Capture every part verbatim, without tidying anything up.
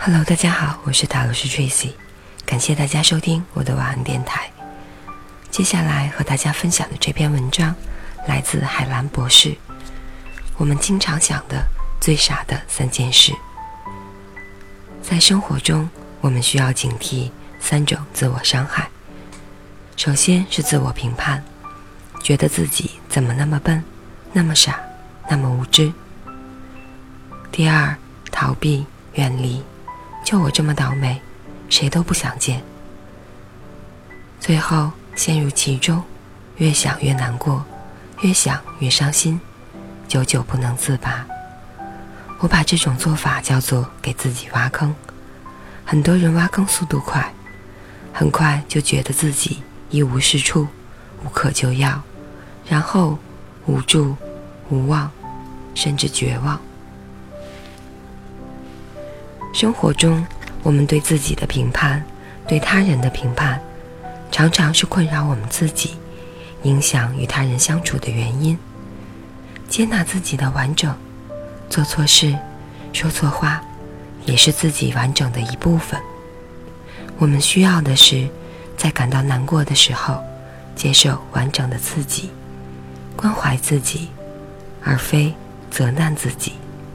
Hello， 大家好，我是塔罗师 Tracy， 感谢大家收听我的晚安电台。接下来和大家分享的这篇文章来自海兰博士。我们经常想的最傻的三件事。在生活中，我们需要警惕三种自我伤害。首先是自我评判，觉得自己怎么那么笨，那么傻，那么无知。第二，逃避、远离，就我这么倒霉，谁都不想见。最后陷入其中，越想越难过，越想越伤心，久久不能自拔。我把这种做法叫做给自己挖坑。很多人挖坑速度快，很快就觉得自己一无是处，无可救药，然后无助、无望，甚至绝望。生活中，我们对自己的评判，对他人的评判，常常是困扰我们自己，影响与他人相处的原因。接纳自己的完整，做错事，说错话，也是自己完整的一部分。我们需要的是，在感到难过的时候，接受完整的自己，关怀自己，而非责难自己。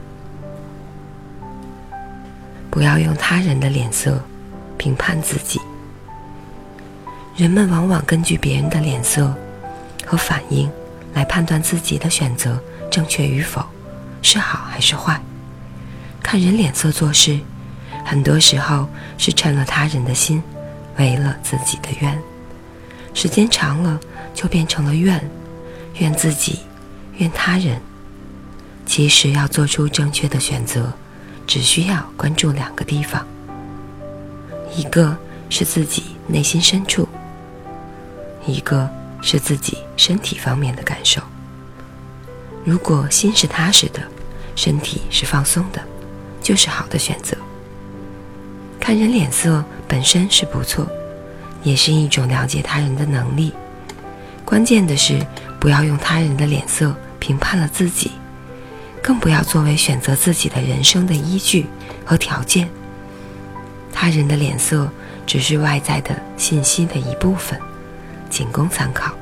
不要用他人的脸色评判自己。人们往往根据别人的脸色和反应来判断自己的选择正确与否，是好还是坏。看人脸色做事，很多时候是趁了他人的心，违了自己的愿。时间长了，就变成了怨，怨自己，怨他人。其实要做出正确的选择，只需要关注两个地方，一个是自己内心深处，一个是自己身体方面的感受。如果心是踏实的，身体是放松的，就是好的选择。看人脸色本身是不错，也是一种了解他人的能力。关键的是，不要用他人的脸色评判了自己，更不要作为选择自己的人生的依据和条件。他人的脸色只是外在的信息的一部分，仅供参考。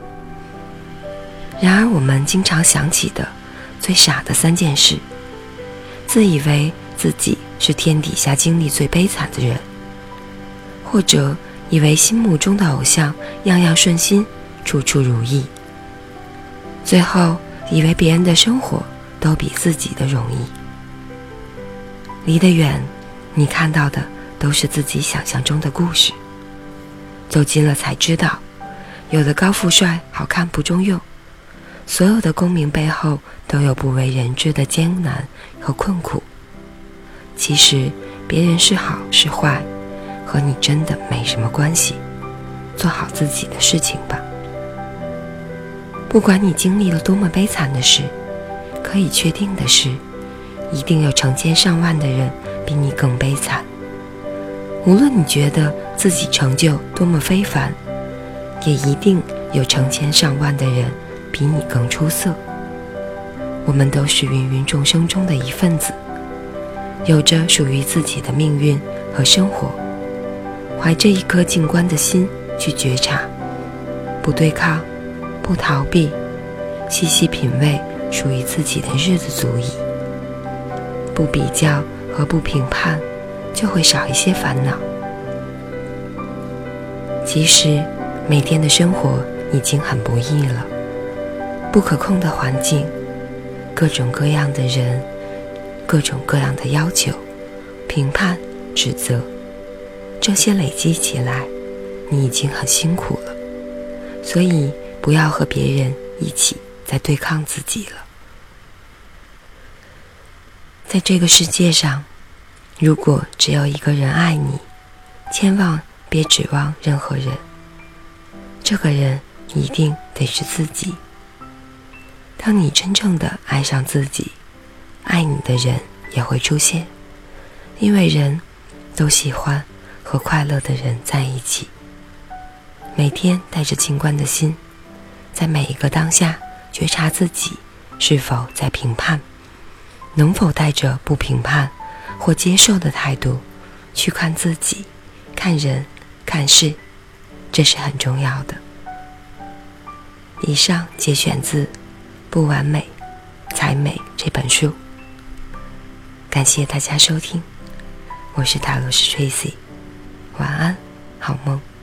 然而我们经常想起的最傻的三件事，自以为自己是天底下经历最悲惨的人，或者以为心目中的偶像样样顺心，处处如意，最后以为别人的生活都比自己的容易。离得远，你看到的都是自己想象中的故事，走近了才知道，有的高富帅好看不中用，所有的功名背后都有不为人知的艰难和困苦。其实别人是好是坏，和你真的没什么关系，做好自己的事情吧。不管你经历了多么悲惨的事，可以确定的是，一定有成千上万的人比你更悲惨。无论你觉得自己成就多么非凡，也一定有成千上万的人比你更出色。我们都是芸芸众生中的一份子，有着属于自己的命运和生活。怀着一颗静观的心去觉察，不对抗，不逃避，细细品味属于自己的日子足矣。不比较和不评判，就会少一些烦恼。其实每天的生活已经很不易了，不可控的环境，各种各样的人，各种各样的要求，评判、指责，这些累积起来，你已经很辛苦了。所以不要和别人一起在对抗自己了。在这个世界上，如果只有一个人爱你，千万别指望任何人，这个人一定得是自己。当你真正的爱上自己，爱你的人也会出现，因为人都喜欢和快乐的人在一起。每天带着静观的心，在每一个当下觉察自己是否在评判，能否带着不评判或接受的态度去看自己、看人、看事，这是很重要的。以上节选自《不完美才美》这本书。感谢大家收听，我是塔罗师 Tracy， 晚安，好梦。